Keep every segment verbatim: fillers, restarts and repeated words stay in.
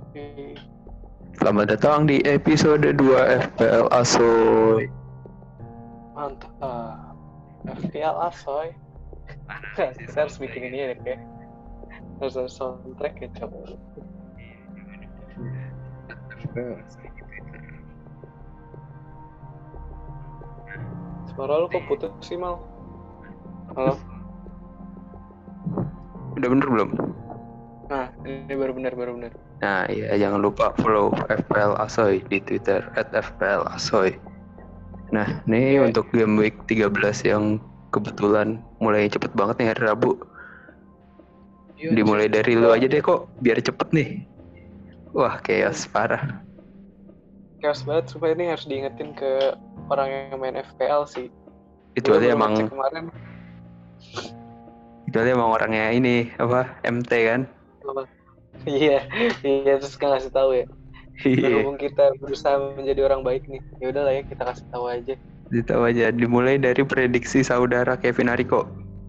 Oke, Selamat datang di episode dua F P L Asoy. mantap. F P L Asoy. Kita harus bikin ini ya, kayak harus ada soundtrack ya, Cok. Suara lu kok putus sih, Mal? Halo? Udah bener belum? Nah, ini baru benar, baru benar. Nah iya, jangan lupa follow F P L Asoy di Twitter at F P L Asoy. Nah ini Yeah. untuk game week tiga belas yang kebetulan mulai cepet banget nih hari Rabu. Iya, Dimulai anjir. dari lu aja deh kok, biar cepet nih. Wah chaos parah. Chaos banget, supaya ini harus diingetin ke orang yang main F P L sih. Itu Gue aja baru emang ngecek kemarin. Itu aja emang orangnya ini apa M T kan? Apa? Iya, iya terus kan ngasih tahu ya. Iya. Berhubung kita berusaha menjadi orang baik nih, ya udahlah ya kita kasih tahu aja. Ditahu aja. Dimulai dari prediksi saudara Kevin Ariko.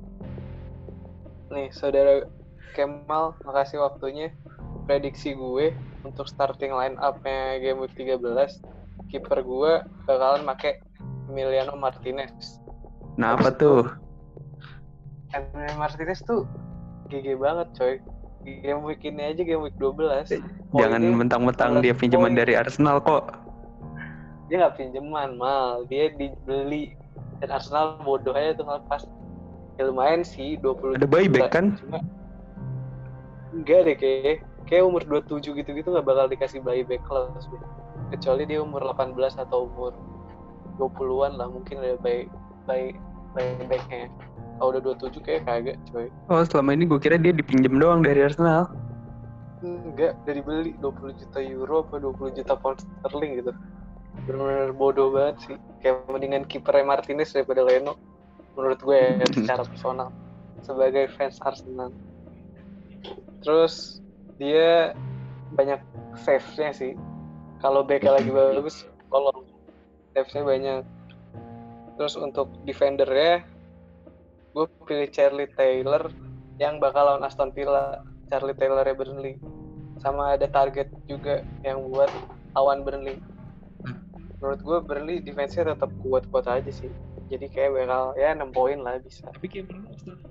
Nih, saudara Kemal, makasih waktunya. Prediksi gue untuk starting line up-nya game week tiga belas, kiper gue bakalan pakai Emiliano Martinez. Nah apa tuh? Emiliano Martinez tuh G G banget, coy. Game week ini aja game week dua belas. Jangan Poinnya mentang-mentang dia sebelas pinjaman poin. dari Arsenal kok. Dia nggak pinjaman, mal. Dia dibeli. Dan Arsenal bodoh aja tuh pas. Ya lumayan sih, dua puluh Ada buyback kan? Cuma enggak deh, kayak kayak umur dua puluh tujuh gitu-gitu nggak bakal dikasih buyback clause deh. Kecuali dia umur delapan belas atau umur dua puluhan lah, mungkin ada buy buy buybacknya. Kalau udah dua puluh tujuh kayak kagak, coy. Oh selama ini gue kira dia dipinjam doang dari Arsenal. Enggak, dari beli dua puluh juta euro apa dua puluh juta pound sterling gitu. Benar-benar bodoh banget sih. Kayak mendingan kipernya Martinez daripada Leno. Menurut gue ya, secara personal. Sebagai fans Arsenal. Terus dia banyak save-nya sih. Kalau back-nya lagi bagus, kalau save-nya banyak. Terus untuk defender-nya, gue pilih Charlie Taylor yang bakal lawan Aston Villa. Charlie Taylor-nya Burnley. Sama ada target juga yang buat lawan Burnley. Menurut gue Burnley defense-nya tetap kuat-kuat aja sih. Jadi kayak bakal ya enam poin lah bisa. Tapi kayak pernah Aston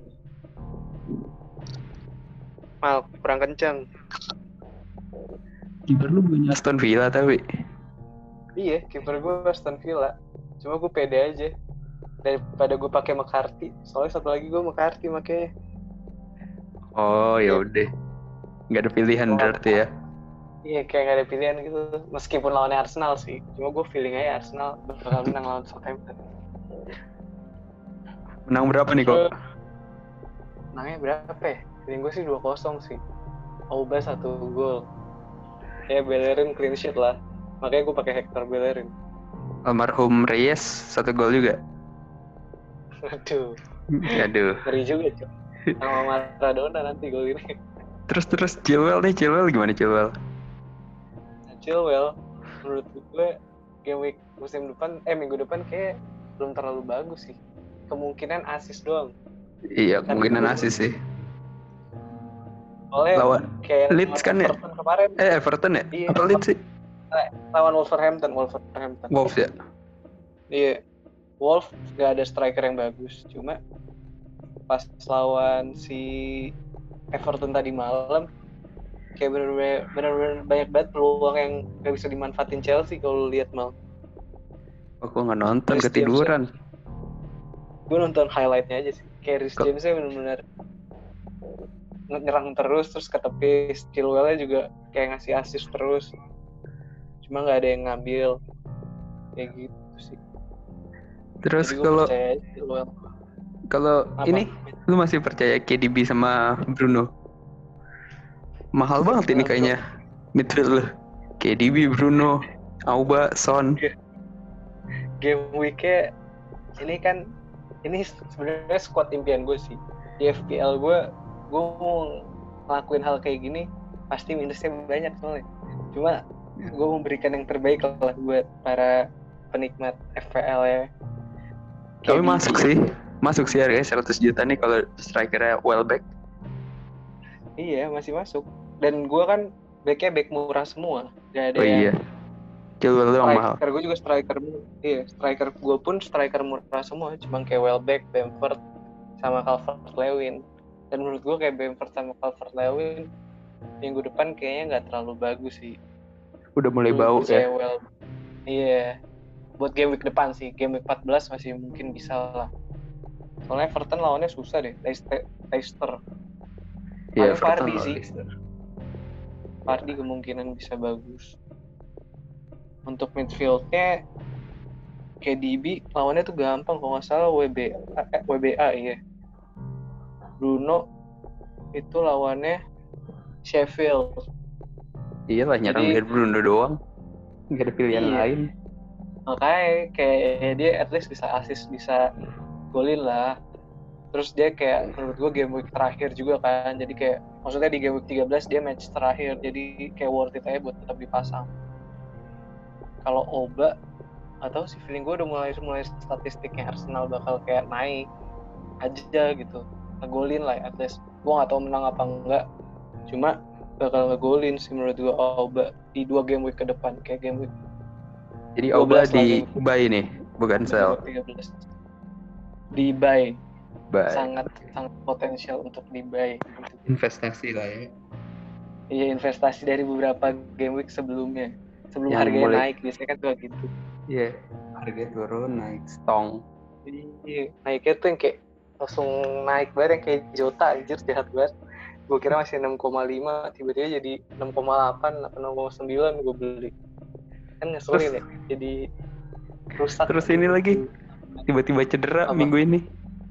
Mal, kurang kenceng. Kiper lu punya Aston Villa tapi. Iya, kiper gue Aston Villa. Cuma gue pede aja daripada gue pakai McCarthy. Soalnya satu lagi gue McCarthy makanya. Oh ya udah. Nggak ada pilihan Oh, berarti ya. iya, kayak gak ada pilihan gitu. Meskipun lawannya Arsenal sih. Cuma gue feeling aja Arsenal bakal menang lawan Southampton. Menang berapa nih kok? Menangnya berapa ya? Feeling gue sih dua kosong sih. Auba satu gol. Ya Bellerin clean sheet lah. Makanya gue pakai Hector Bellerin. Almarhum Reyes satu gol juga. Aduh. Aduh. Ngeri juga, Cok. Sama Maradona nanti gol ini. Terus terus Chilwell nih, Chilwell gimana Chilwell? Chilwell menurut gue game week musim depan eh minggu depan kayak belum terlalu bagus sih. Kemungkinan assist doang. Iya, kemungkinan asis sih. Oleh Lawan kayak Leeds kan ya? Everton kemarin. Eh Everton ya? Iya. Apa Leeds sih? Lawan Wolverhampton, Wolverhampton. Wolves ya? Iya. Wolves gak ada striker yang bagus. Cuma pas lawan si Everton tadi malam kayak bener-bener banyak banget peluang yang gak bisa dimanfaatin Chelsea kalau lihat mal. Aku nggak nonton, Reece ketiduran. Gue nonton highlightnya aja sih. Kayak Reece Jamesnya bener-bener nyerang terus terus ke tepi. Chilwell-nya juga kayak ngasih assist terus. Cuma nggak ada yang ngambil. Kayak gitu sih. Terus Jadi gue kalau percaya aja Chilwell. kalau Apa? ini lu masih percaya K D B sama Bruno? Mahal banget ini kayaknya midfield lu. K D B, Bruno, Auba, Son. Game week-nya ini kan ini sebenarnya squad impian gue sih. Di F P L gue gue mau ngelakuin hal kayak gini pasti minusnya banyak soalnya. Cuma gue memberikan yang terbaik lah buat para penikmat F P L ya. Tapi masuk sih, masuk sih harganya seratus juta nih kalau strikernya Welbeck. Iya masih masuk. Dan gue kan backnya back murah semua, gak ada Oh yang iya. Chilwell doang mahal. striker. Gue juga striker, iya striker gue pun striker murah semua, cuma kayak Welbeck, Bamford, sama Calvert-Lewin. Dan menurut gue kayak Bamford sama Calvert-Lewin minggu depan kayaknya nggak terlalu bagus sih. Udah mulai Lebih bau ya. Well, iya. Buat game week depan sih, game week empat belas masih mungkin bisa lah. Soalnya Everton lawannya susah deh, Leicester. Iya, Paling Vardy sih. Leicester. Vardy kemungkinan bisa bagus. Untuk midfieldnya K D B lawannya tuh gampang kalau nggak salah W B A, eh, W B A iya. Bruno itu lawannya Sheffield. Iya lah, nyerang dari Bruno doang. Nggak ada pilihan iya. lain. Makanya kayak dia at least bisa assist, bisa golin lah. Terus dia kayak menurut gue game week terakhir juga kan. Jadi kayak maksudnya di game week tiga belas dia match terakhir. Jadi kayak worth it aja buat tetap dipasang. Kalau Oba atau si feeling gue udah mulai mulai statistiknya Arsenal bakal kayak naik aja gitu. Ngegolin lah at least. Gue gak tahu menang apa enggak. Cuma bakal ngegolin sih menurut gue Oba di dua game week ke depan. Kayak game week jadi Oba di buy nih, bukan sell. Di buy. Buy. Sangat sangat potensial untuk di buy. Investasi lah ya. Iya, investasi dari beberapa game week sebelumnya. Sebelum yang harganya mulai... naik, biasanya kan tuh gitu. Iya, harganya turun, naik stong. Iya, naiknya tuh yang kayak langsung naik banget, yang kayak Jota, anjir, jahat banget. Gue kira masih enam koma lima, tiba-tiba jadi enam koma delapan, enam koma sembilan gue beli. Kan ngeselin ya, jadi rusak. Terus ini gitu. Lagi, tiba-tiba cedera apa? Minggu ini.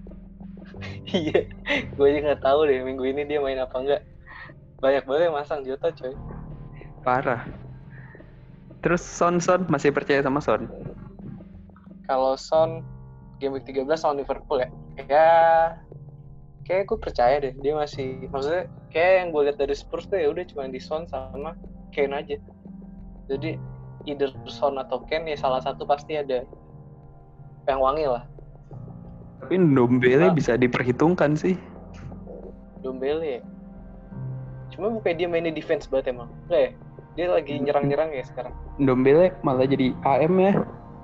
Iya, gue aja nggak tahu deh minggu ini dia main apa enggak. Banyak banget yang masang Jota coy. Parah. Terus Son Son masih percaya sama Son? Kalau Son game week tiga belas lawan Liverpool ya, ya kayak gue percaya deh dia masih, maksudnya kayak yang gue lihat dari Spurs tuh ya udah cuma di Son sama Kane aja. Jadi either Son atau Kane ya salah satu pasti ada yang wangi lah. Tapi Ndombele nah, bisa diperhitungkan sih. Ndombele ya. Cuma bukan dia mainnya defense banget emang. Nggak ya? Dia lagi nyerang-nyerang ya sekarang. Ndombele malah jadi A M ya.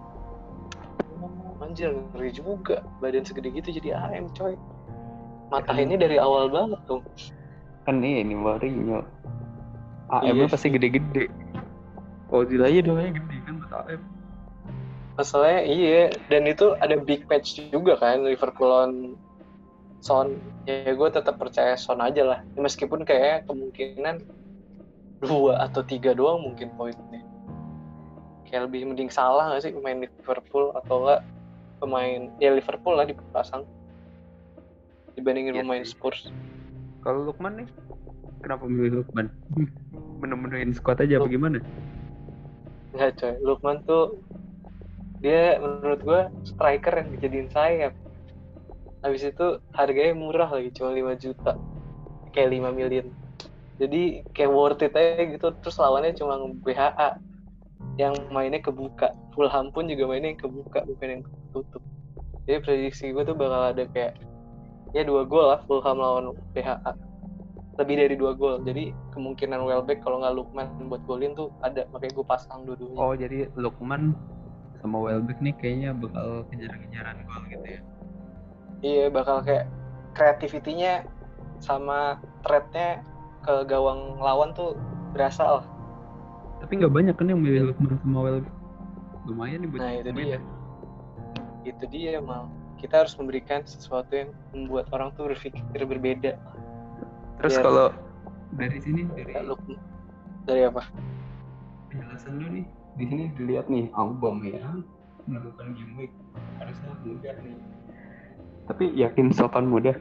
Oh, anjir, ngeri juga. Badan segede gitu jadi A M coy. Mata ini dari awal banget tuh. Kan ini Mourinho. A M-nya iya, pasti gede-gede. Ozil aja doanya gede kan buat A M. Masalahnya iya, dan itu ada big match juga kan Liverpool lawan Son. Ya gue tetap percaya Son aja lah. Meskipun kayaknya kemungkinan dua atau tiga doang mungkin poinnya. Kayak lebih mending salah nggak sih pemain Liverpool atau nggak pemain ya Liverpool lah dipasang dibandingin ya, pemain sih. Spurs. Kalau Lukman nih, kenapa milih Lukman? Menemuin squad aja Luk- apa gimana? Nggak coy, Lukman tuh dia menurut gue striker yang dijadiin sayap. Habis itu harganya murah lagi, cuma lima juta, kayak lima miliar. Jadi kayak worth it aja gitu. Terus lawannya cuma B H A yang mainnya kebuka. Fulham pun juga mainnya yang kebuka, bukan yang ketutup. Jadi prediksi gue tuh bakal ada kayak ya dua gol lah Fulham lawan B H A. Lebih dari dua gol. Jadi kemungkinan Welbeck kalau nggak Lukman buat golin tuh ada. Makanya gue pasang dua-duanya. Oh jadi Lukman sama Welbeck nih kayaknya bakal kejar-kejaran gol gitu ya? Iya, bakal kayak kreativitinya sama threat-nya ke gawang lawan tuh berasa lah. Tapi nggak banyak kan yang milih Lukman sama Welbeck. Lumayan nih buat nah itu dia. Itu dia mal. Kita harus memberikan sesuatu yang membuat orang tuh berpikir berbeda. Terus biar kalau dari sini dari Lukman dari apa? Penjelasan lu nih. Di sini dilihat nih album ya. Melakukan game week harusnya mudah nih. Tapi yakin Sultan mudah?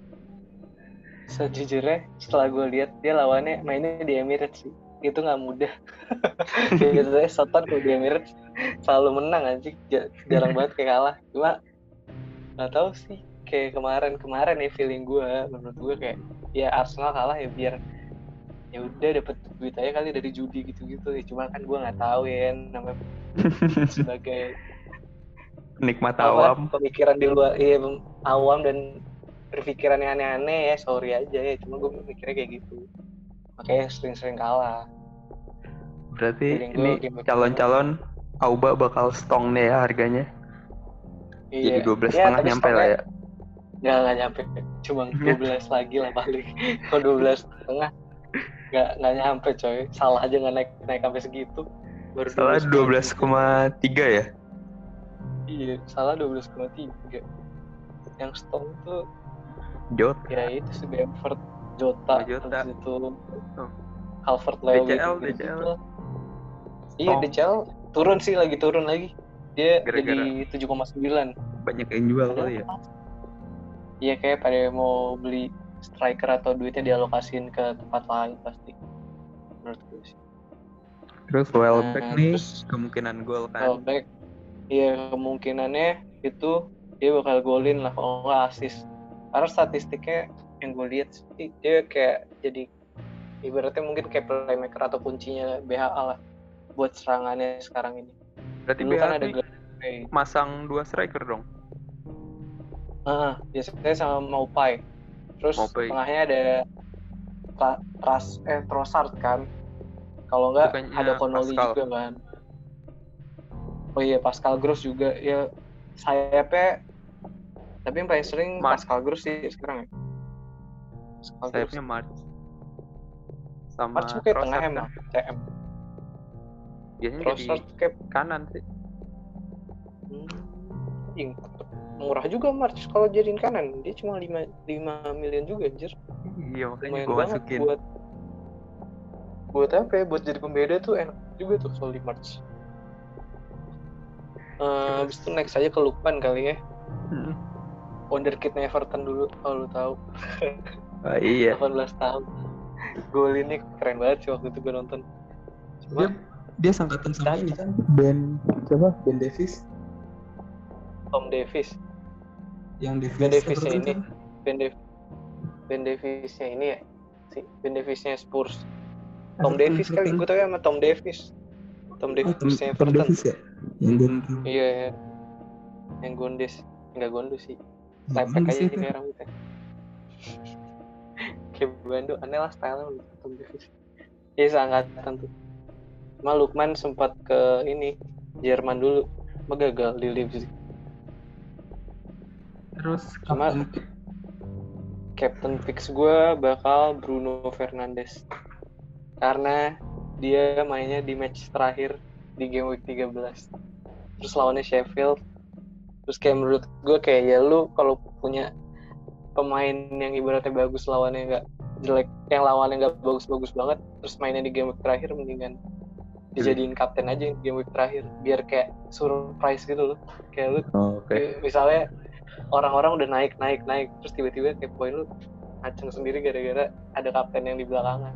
Sejujurnya setelah gue lihat dia lawannya mainnya di Emirates sih, itu nggak mudah. Biasanya Sultan kalau di Emirates selalu menang anjing, jarang banget kayak kalah. Cuma nggak tahu sih, kayak kemarin-kemarin ya feeling gue, menurut gue kayak ya Arsenal kalah ya biar ya udah dapet duit aja kali dari judi gitu-gitu. Ya, cuma kan gue nggak tahu ya namanya sebagai nikmat apa, awam, pemikiran di luar, iya awam dan berpikiran yang aneh-aneh ya, sorry aja ya, cuma gue mikirnya kayak gitu. makanya sering-sering kalah. Berarti Feeling ini gue game week calon-calon Auba bakal strong nih ya harganya. Jadi iya dua belas ya setengah tapi nyampe lah ya. nggak nggak nyampe, cuma dua belas lagi lah paling. Kalau dua belas setengah nggak nggak nyampe coy, salah aja nggak naik naik sampai segitu, baru Salah dua belas koma tiga ya. Iya salah dua belas koma tiga. Yang strong tuh Jota ya itu si Bamford, Jota, Jota. habis itu Oh. Calvert Lewin D C L, gitu, D C L. gitu. Iya D C L turun sih, lagi turun lagi. Dia Gara-gara jadi tujuh koma sembilan. banyak yang jual kali ya. Iya kayak pada mau beli striker atau duitnya dialokasiin ke tempat lain pasti. Menurut gue sih. Terus Welbeck Nah, nih terus kemungkinan gol kan. Welbeck, iya kemungkinannya itu dia bakal golin lah kalau nggak assist. Karena statistiknya yang gue lihat sih dia kayak jadi ibaratnya mungkin kayak playmaker atau kuncinya B H A lah buat serangannya sekarang ini. Berarti Dulu B H kan A ada nih Glenn, masang dua striker dong. ah biasanya sama Maupay. Terus Maupay. tengahnya ada Tras eh Trossard kan. Kalau nggak Bukannya ada Connolly Pascal. juga kan. Oh iya Pascal Gross juga ya, sayapnya tapi yang paling sering March. Pascal Gross sih sekarang ya. Pascal Sayapnya March. Sama March kayak tengah Trossard emang kan. C M. Biasanya Trossard jadi kayak kanan sih. Hmm, murah juga March kalau jadiin kanan. Dia cuma lima miliar juga anjir. Iya makanya Lumayan gue banget masukin. buat buat apa ya? Buat jadi pembeda tuh enak juga tuh soal di March. Uh, habis itu next aja ke Lukman kali ya. Hmm. Wonderkidnya Everton dulu kalau lu tahu. Oh, iya. delapan belas tahun. Gol ini keren banget sih waktu itu gue nonton. Cuma Dia, dia sangkatan sama ini kan Ben siapa? Ben Davis. Tom Davis. Yang Davis. Ben Davisnya ini. Ben Davis. Ben Davisnya ini ya. Si Ben Davisnya Spurs. Tom Everton, Davis Everton. Kali gue tahu sama Tom Davis. Tom Davisnya oh, Tom, Tom Davis ya? Yang Gondes. Iya. Yang Gondes. Enggak Gondes sih. Lepek aja sih kayak rambutnya. Kayak Bando, aneh lah style-nya Tom Davis. Iya seangkatan tuh. Cuma Lukman sempat ke ini Jerman dulu, cuma gagal di Leipzig. Terus cuma Captain, Captain Fix gue bakal Bruno Fernandes karena dia mainnya di match terakhir di game week tiga belas. Terus lawannya Sheffield. Terus kayak menurut gue kayak ya lu kalau punya pemain yang ibaratnya bagus lawannya nggak jelek, yang lawannya nggak bagus-bagus banget, terus mainnya di game week terakhir mendingan dijadiin kapten aja di game week terakhir biar kayak surprise gitu loh. Kayak lu oh, okay. misalnya orang-orang udah naik naik naik terus tiba-tiba kayak poin lu ngaceng sendiri gara-gara ada kapten yang di belakangan.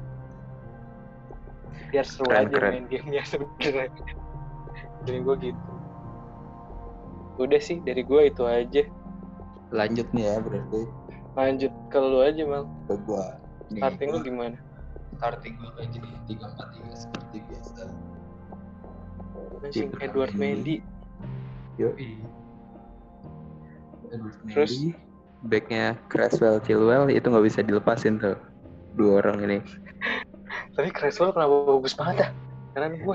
Biar seru keren, aja keren. Main gamenya sebenarnya. Dari gue gitu. Udah sih dari gue itu aja. Lanjut nih ya berarti. Lanjut ke lu aja Mal. Ke gue. Starting lu gimana? Starting gue kayak gini tiga empat tiga seperti biasa. Masih Edward Mendy. Yoi. Edward Mendy. Terus backnya Cresswell Chilwell itu nggak bisa dilepasin tuh dua orang ini. Tapi Cresswell kenapa bagus banget dah? Karena gue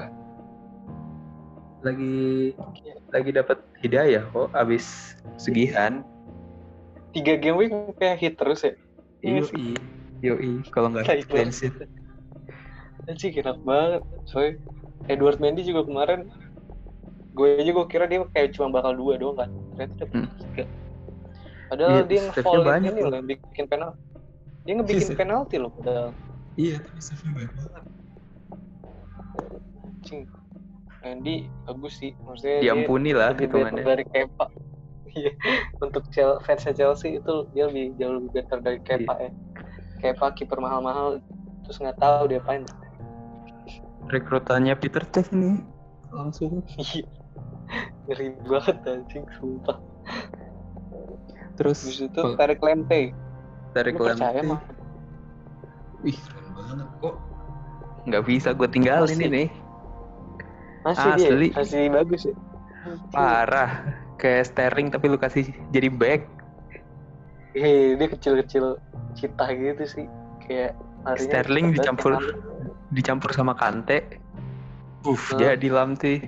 lagi lagi dapat hidayah kok abis segihan. Tiga game week kayak hit terus ya. Yoi, yoi. Kalau nggak clean sheet. Anjir enak banget. Soalnya Edward Mendy juga kemarin, gue aja gue kira dia kayak cuma bakal dua doang kan. Ternyata dapat hmm. tiga. Padahal yeah, dia nge-fall ini loh, bikin penalti. Dia ngebikin yes, penalti loh padahal. Iya, tapi save-nya baik banget. Anjing. Mendy bagus sih. Maksudnya diampuni dia lah hitungannya. Dari Kepa. Iya. Untuk fansnya Chelsea itu dia lebih jauh lebih better dari Kepa yeah. ya. Kepa kiper mahal-mahal terus nggak tahu dia apain. Rekrutannya Peter Cech nih langsung. Iya. Ngeri banget anjing sumpah. Terus habis itu Tariq Lamptey. Tariq Lamptey. Wih, keren banget kok. Nggak bisa gue tinggalin masih. Ini. Masih asli. Dia, masih bagus ya. Parah. Kayak Sterling tapi lu kasih jadi back. Hei, dia kecil-kecil cita gitu sih. Kayak Larinya Sterling cepet banget, dicampur kan. dicampur sama Kante. Uff, Hah? jadi lamti.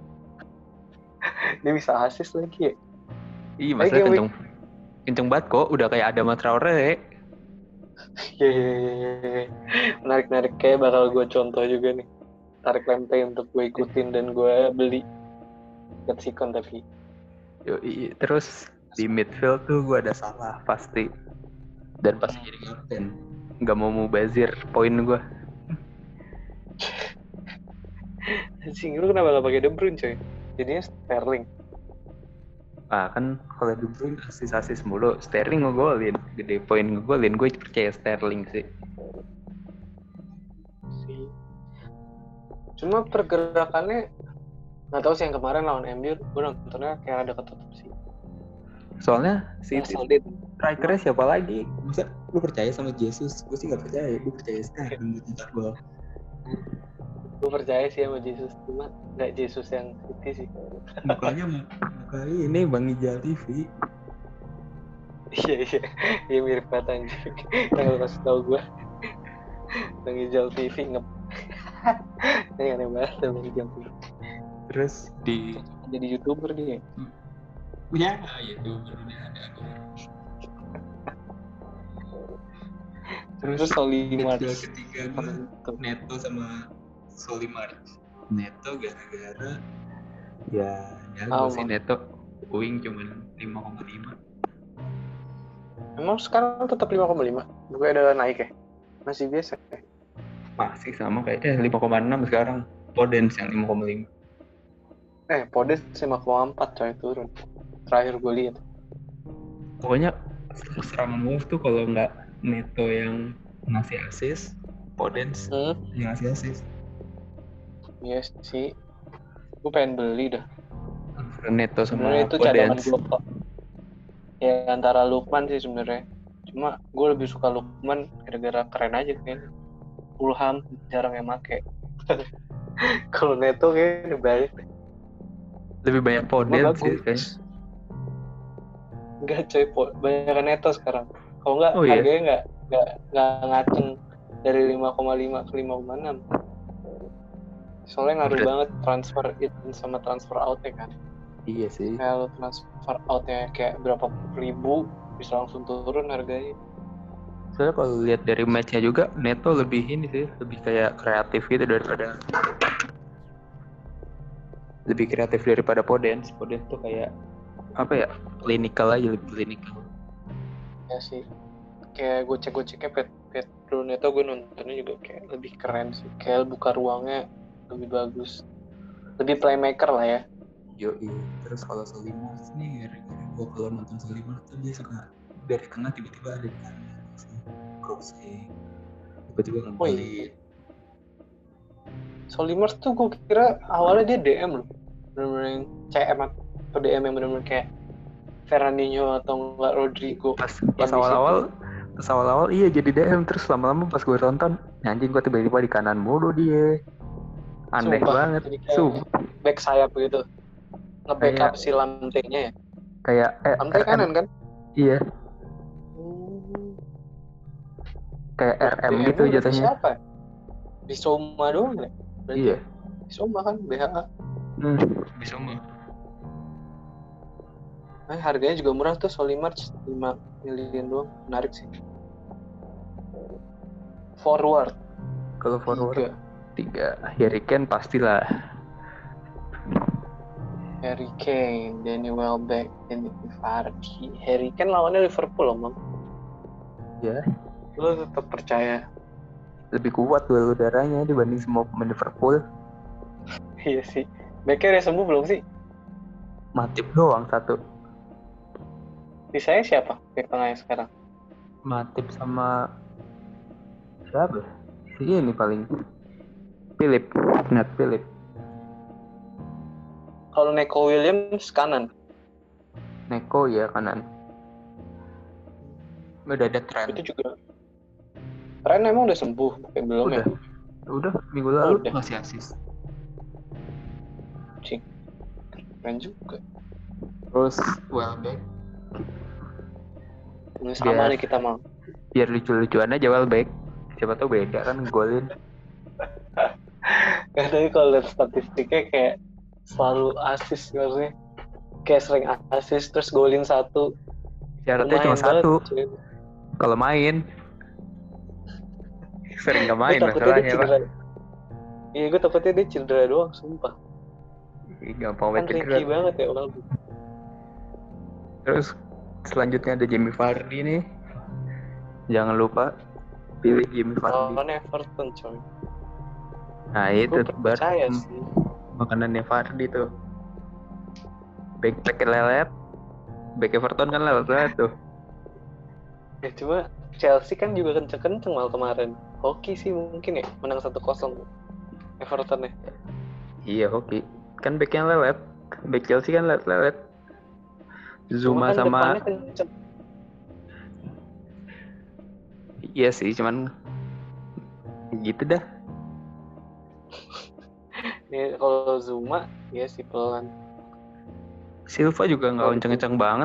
Dia bisa asis lagi ya. Ih, Lagi masalah yang kenceng. Kenceng banget kok, udah kayak Adama Traore. ya, ya, ya, ya. Menarik-menarik, kayak bakal gue contoh juga nih. Tarik Lemte untuk gue ikutin dan gue beli Getsikon tapi. Yoi, terus di midfield tuh gue ada Salah pasti. Dan pasti jadi kapten. Nggak mau mubazir poin gue. Anjing, lu kenapa gak pakai De Bruyne coy? Jadinya Sterling. Ah kan kalau De Bruyne asis-asis mulu, Sterling ngegolin, gede poin ngegolin, gue percaya Sterling sih. Sih. Cuma pergerakannya nggak tahu sih, yang kemarin lawan M U gue nontonnya kayak ada ketutup sih. Soalnya si Solid. strikernya siapa lagi? Masa lu percaya sama Jesus? Gue sih nggak percaya, gue percaya Sterling di cetak gol. Gue percaya sih sama Jesus, cuma nggak Jesus yang City sih. Mukanya mukanya ini Bang Ijal T V. Iya iya, iya mirip banget anjing. Yang lu kasih tau gue, Bang Ijal T V ngep. Ini aneh banget Bang Ijal T V. Terus di jadi YouTuber dia. ya YouTuber udah ada. Terus Solimar ketiga gue Neto sama Solimar. Neto gara-gara ya jago oh, sih Neto. Wing cuma lima koma lima. Emang sekarang tetap lima koma lima? Gue ada naik ya? Masih biasa ya? Masih sama kayak eh lima koma enam sekarang. Podence yang lima koma lima. Eh, Podence lima koma empat coy, turun. Terakhir gue lihat. Pokoknya serangan Wolves tuh kalau nggak Neto yang ngasih assist, Podence Hmm? yang ngasih assist. Iya yes, sih. Gue pengen beli dah. Neto sama sebenarnya itu cadangan Podence. gue kok. Ya antara Lukman sih sebenarnya. Cuma gue lebih suka Lukman gara-gara keren aja kan. Fulham jarang yang make. Kalau Neto kayaknya balik. Lebih banyak Podence sih kayaknya. Enggak coy, banyak Neto sekarang. Kalau enggak Oh, iya? harganya enggak enggak enggak ngaceng dari lima koma lima ke lima koma enam. Soalnya ngaruh Berat. banget transfer in sama transfer out ya kan. Iya sih. Kalau transfer outnya kayak berapa ribu bisa langsung turun harganya. Soalnya kalau lihat dari matchnya juga Neto lebih ini sih, lebih kayak kreatif gitu daripada lebih kreatif daripada Podence. Podence tuh kayak apa ya, klinikal aja, lebih klinikal. Ya sih, kayak gocek-goceknya Pet Pedro Neto gue nontonnya juga kayak lebih keren sih, kayak buka ruangnya lebih bagus, lebih playmaker lah ya. Yoi. Terus kalau Solimar nih, gue kalau nonton Solimar tuh dia suka dari tengah tiba-tiba ada di kanan crossing, tiba-tiba ngebalik. Oh iya. Solimar tuh gue kira awalnya dia D M loh, bener-bener yang C M atau D M yang bener-bener kayak Fernandinho atau enggak Rodrigo. Pas pas awal-awal pas awal-awal iya jadi D M, terus lama-lama pas gue tonton anjing gue tiba-tiba di kanan mulu dia. Aneh Sumpah, banget. jadi kayak Sumpah. back sayap gitu. Nge-backup Kayak, si Lamte-nya ya. Kayak eh, Lamte R M kanan kan? Iya. Hmm. Kayak R M D M gitu jatuhnya. Siapa? Bissouma doang ya? Berarti iya. Bissouma kan B H A. Hmm, Bissouma. Nah, harganya juga murah tuh, Solimar lima miliar doang. Menarik sih. Forward. Kalau forward tiga, Harry Kane pastilah. Harry Kane, Danny Welbeck, Danny Vardy. Harry Kane lawannya Liverpool loh, Mam. Ya. Lo tetap percaya? Lebih kuat duel udaranya dibanding semua pemain Liverpool. Iya sih. Backnya udah sembuh belum sih? Matip doang satu. Sisanya siapa back tengahnya sekarang? Matip sama siapa? Si ini paling Philip, Nat Philip. Kalau Neco Williams kanan. Neco ya kanan. Udah ada tren. Itu juga. Tren emang udah sembuh, bukan belum udah. ya? Udah minggu lalu udah. masih asis. Cing. Keren juga. Terus Welbeck. Sama nih kita mau. Biar lucu-lucuan aja Welbeck. Siapa tahu beda kan golin. Ya, tapi kalau lihat statistiknya kayak selalu asis maksudnya. Kayak sering asis terus golin satu. Syaratnya cuma Lumayan banget, satu. cuy. Kalau main sering nggak Gue main takutnya dia masalahnya pak. cedera. Iya, gue takutnya dia cedera doang, sumpah. Ih, gampang Kan banget Ricky cedera. banget ya orang. Terus selanjutnya ada Jamie Vardy nih. Jangan lupa pilih Jamie Vardy. Lawan Everton, coy. Nah itu Gue bar percaya hmm, sih. makanannya Vardy tuh. Back back lelet, back Everton kan lelet-lelet tuh. Ya cuma Chelsea kan juga kenceng-kenceng mal kemarin. Hoki sih mungkin ya menang satu kosong Everton ya. Iya hoki. Kan backnya lelet. Back Chelsea kan lelet-lelet. Cuma Zuma kan sama depannya kenceng. iya sih cuman gitu dah. Ya, kalau Zuma ya sih pelan. Silva juga nggak Kalau kenceng-kenceng banget.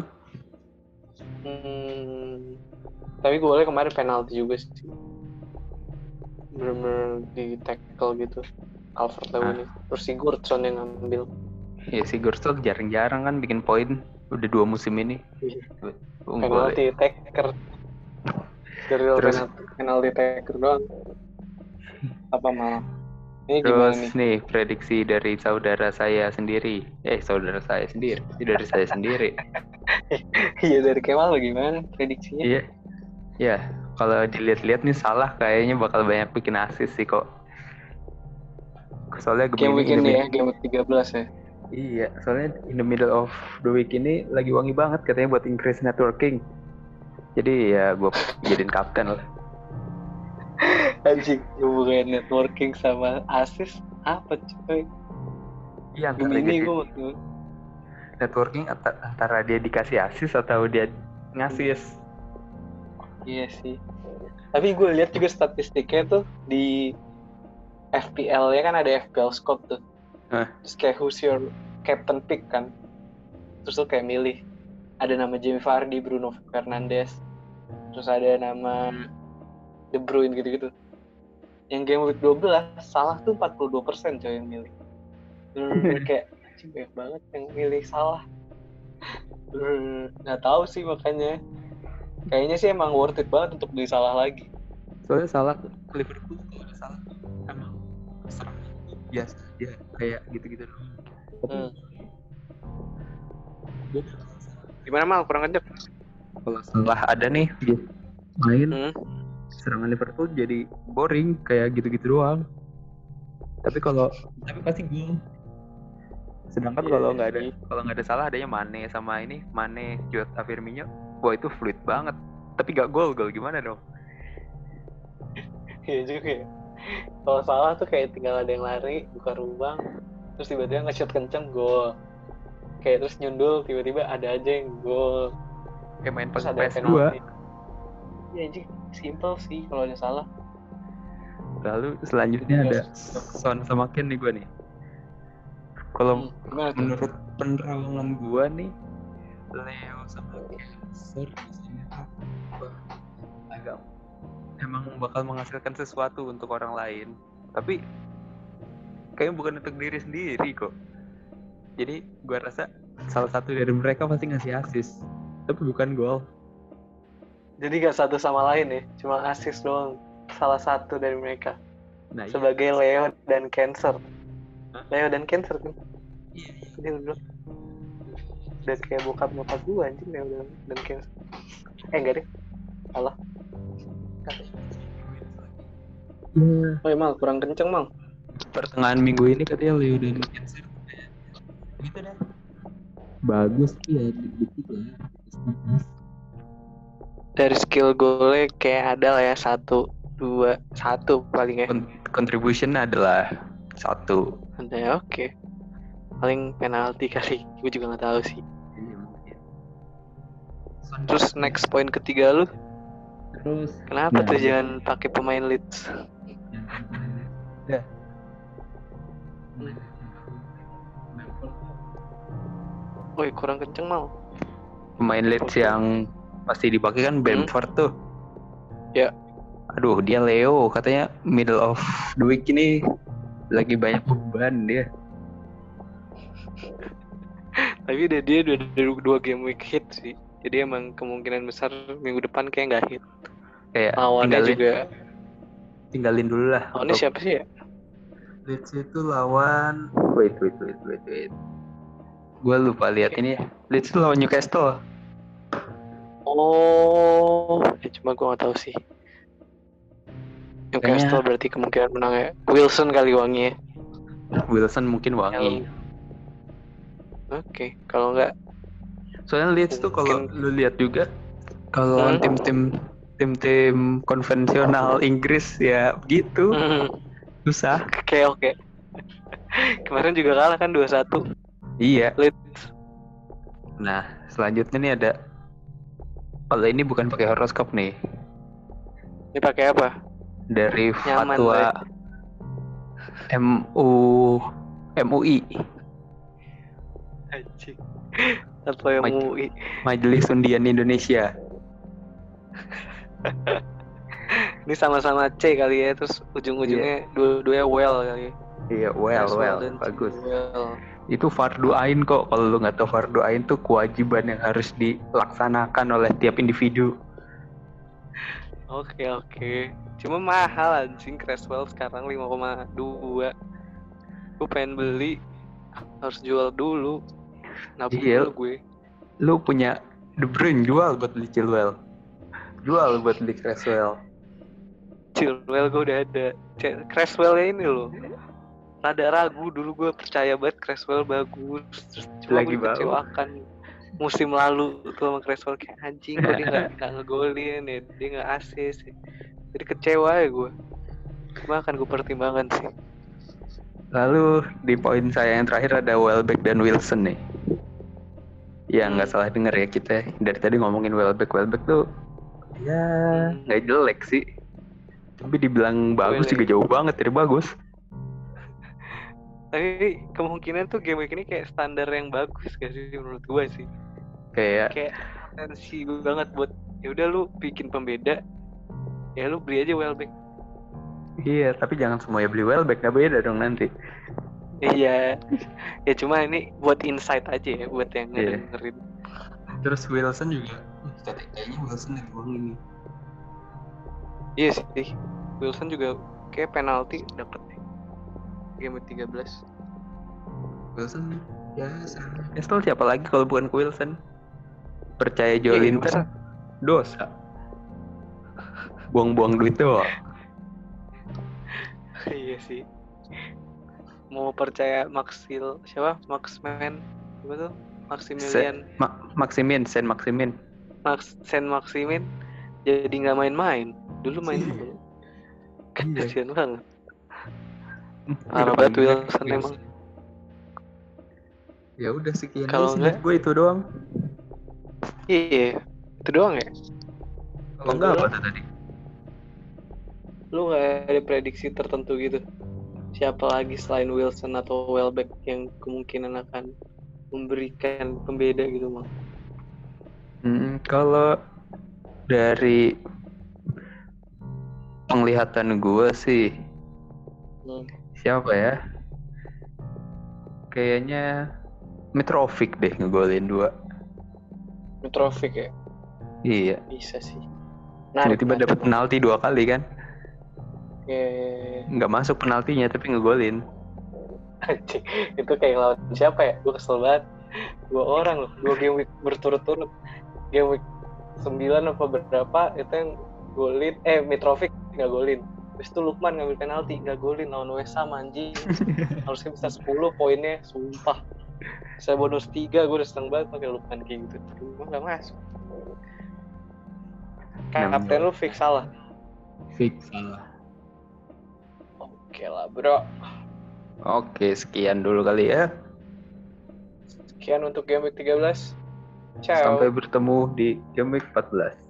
Hmm, tapi golnya kemarin penalti juga sih. Bener-bener di tackle gitu. Calvert Lewin. Ah. Terus Sigurdsson yang ngambil. Ya si Gursel jarang-jarang kan bikin poin. Udah dua musim ini. Unggul. Penalti taker. Dari Terus penalti, penalti taker doang. Apa malah? Ini gimana terus nih? nih prediksi dari saudara saya sendiri. Eh saudara saya sendiri. Dari saya sendiri. Iya, dari Kemal gimana prediksinya? Iya. Ya, kalau dilihat-lihat nih salah kayaknya bakal banyak bikin assist sih kok. Soalnya Game Gemini week in the ini mid- ya, game week tiga belas ya. Iya, soalnya in the middle of the week ini lagi wangi banget katanya buat increase networking. Jadi ya gue jadiin kapten lah. Anjing, hubungan networking sama assist apa cuy? Iya, antara Gemini jadi gue waktu networking anta- antara dia dikasih assist atau dia ngasih. iya sih. Tapi gue lihat juga statistiknya tuh di F P L ya kan ada F P L Scout tuh. Hah? Terus kayak who's your captain pick kan. Terus tuh kayak milih ada nama Jamie Vardy, Bruno Fernandes. Terus ada nama De Bruyne gitu-gitu. Yang game week dua belas salah tuh empat puluh dua persen coy yang milih. Bener-bener kayak anjing banyak banget yang milih salah. Bener-bener nggak tahu sih makanya. Kayaknya sih emang worth it banget untuk beli salah lagi. Soalnya salah tuh Liverpool kalau ada salah tuh emang serang biasa dia kayak gitu-gitu doang. Hmm. Gimana mal kurang kenceng? Kalau salah ada nih dia main Hmm. serangan Liverpool jadi boring kayak gitu-gitu doang. Tapi kalau tapi pasti gol. Sedangkan Iya, kalau nggak ada iya. kalau nggak ada salah adanya Mane sama ini Mane, Jota, Firmino, wah itu fluid banget. Tapi gak gol gol gimana dong? Iya juga ya. Kalau salah tuh kayak tinggal ada yang lari buka ruang, terus tiba-tiba nge-shoot kenceng gol. Kayak terus nyundul tiba-tiba ada aja yang gol. Kayak main Terus pas ada P S dua. penalti. Ya anjing, simple sih kalau ada salah. Lalu selanjutnya ada Son sama Ken nih gue nih. Kalau Hmm, gimana tuh? menurut penerawangan gue nih, Leo sama Ken servisnya agak emang bakal menghasilkan sesuatu untuk orang lain. Tapi kayaknya bukan untuk diri sendiri kok. Jadi gue rasa salah satu dari mereka pasti ngasih assist, tapi bukan gol. Jadi gak satu sama lain ya, cuma assist doang. Salah satu dari mereka. Nah, Sebagai iya. Leo dan Cancer. Hah? Leo dan Cancer kan? Iya, iya. Dia bilang. Dan kayak bokap-bokap gue anjing Leo dan, dan Cancer. Eh enggak deh. Salah. Yeah. Oh iya mal, kurang kenceng mal. Pertengahan minggu ini katanya Leo dan Cancer gitu dah. Bagus ya dibuktikan. Dari skill golnya kayak ada lah ya satu, dua, satu paling ya. Contribution adalah satu. Ada ya, oke. Paling penalti kali, gue juga nggak tahu sih. Terus next point ketiga lu, Terus kenapa nah, tuh jangan pakai pemain Leeds? Ya. Woi kurang kenceng mal. Pemain Leeds yang pasti dipakai kan Bamford tuh. Ya. Aduh, dia Leo, katanya middle of the week ini lagi banyak beban dia. Tapi dia dia udah dari dua game week hit sih. Jadi emang kemungkinan besar minggu depan kayak nggak hit. Kayak Lawannya tinggalin, juga. tinggalin dulu lah. Lawannya untuk siapa sih ya? Leeds itu lawan. Wait, wait, wait, wait, wait. Gue lupa lihat ini. Leeds itu lawan Newcastle. Oh, ya cuma gue nggak tahu sih. Newcastle Kayaknya berarti kemungkinan menang ya. Wilson kali wangi ya. Wilson mungkin wangi. Oke, okay. Kalau nggak. Soalnya Leeds tuh kalau lu lihat juga, kalau lawan hmm. tim-tim tim-tim konvensional Inggris ya begitu. Hmm. Susah. Oke, oke. Kemarin juga kalah kan dua satu. Iya. Leeds. Nah, selanjutnya nih ada. Kalau ini bukan pakai horoskop nih. Ini pakai apa? Dari Nyaman, fatwa M U M U I. Anjing. Fatwa M U I. Majelis Undian Indonesia. Ini sama-sama C kali ya, terus ujung-ujungnya yeah. dua-duanya well kali ya. Iya, well, well, well. Bagus. Well. Itu fardu ain kok. Kalau lu nggak tahu fardu ain tuh kewajiban yang harus dilaksanakan oleh tiap individu. Oke oke. Cuma mahal anjing Creswell sekarang lima koma dua. Gue pengen beli, harus jual dulu. Nabung Iya. dulu gue. Lu punya The Bruyne, jual buat beli Chilwell. Jual buat beli Creswell. Chilwell gue udah ada. Creswell ini loh. Rada ragu dulu, gue percaya banget Creswell bagus. Cuma lagi gue kecewakan musim lalu tuh sama Creswell, kayak anjing kok dia nggak nggak ngegolin ya, dia nggak assist ya. Jadi kecewa ya gue. Cuma akan gue pertimbangkan sih. Lalu di poin saya yang terakhir ada Welbeck dan Wilson nih. Ya nggak hmm. salah denger ya kita dari tadi ngomongin Welbeck. Welbeck tuh ya nggak hmm. jelek sih. Tapi dibilang bagus juga jauh banget dari bagus. Tapi kemungkinan tuh game ini kayak standar yang bagus gak sih menurut gue sih. Kayak kayak potensi banget buat ya udah lu bikin pembeda. Ya lu beli aja Welbeck. Iya, tapi jangan semuanya beli Welbeck, gak beda dong nanti. Iya. Ya cuma ini buat insight aja ya buat yang iya. ngedengerin. Terus Wilson juga. Kayaknya Wilson lagi wangi nih. Iya sih. Wilson juga kayak penalti dapet game tiga belas. Wilson ya sama. Estel siapa lagi kalau bukan Wilson? Percaya Joelinton iya, dosa. Buang-buang duit doang. Iya sih. Mau percaya Maxil siapa? Maxman apa tuh? Maximilian. Se- Ma- Maximin, Saint Maximin. Max Saint Maximin jadi nggak main-main. Dulu main dulu. Kasian banget. Parah banget Wilson emang. Ya udah sekian kalau enggak gue itu doang. Iya, itu doang ya. Kalau enggak apa tuh tadi? Lu nggak ada prediksi tertentu gitu? Siapa lagi selain Wilson atau Welbeck yang kemungkinan akan memberikan pembeda gitu, Mang? Hmm, kalau dari penglihatan gue sih, hmm. siapa ya? Kayaknya Mitrovic deh ngegolin dua. Mitrovic ya? Iya. Bisa sih. Nah, tiba-tiba dapat penalti dua kali kan? Yeah. Nggak masuk penaltinya tapi ngegolin. Itu kayak lawan siapa ya? Gue kesel banget. Dua orang loh, dua game week berturut-turut. Game week sembilan apa berapa itu yang golin, eh Mitrovic nggak golin. Terus itu Lukman ngambil penalti, nggak golin lawan West Ham anjing. Harusnya bisa sepuluh poinnya, sumpah. Saya bonus tiga, gue udah seneng banget pakai Lukman kayak gitu. Cuma nggak masuk. Kapten lu fix salah. Fix salah. Oke lah bro. Oke, sekian dulu kali ya. Sekian untuk game week tiga belas. Ciao. Sampai bertemu di game week empat belas.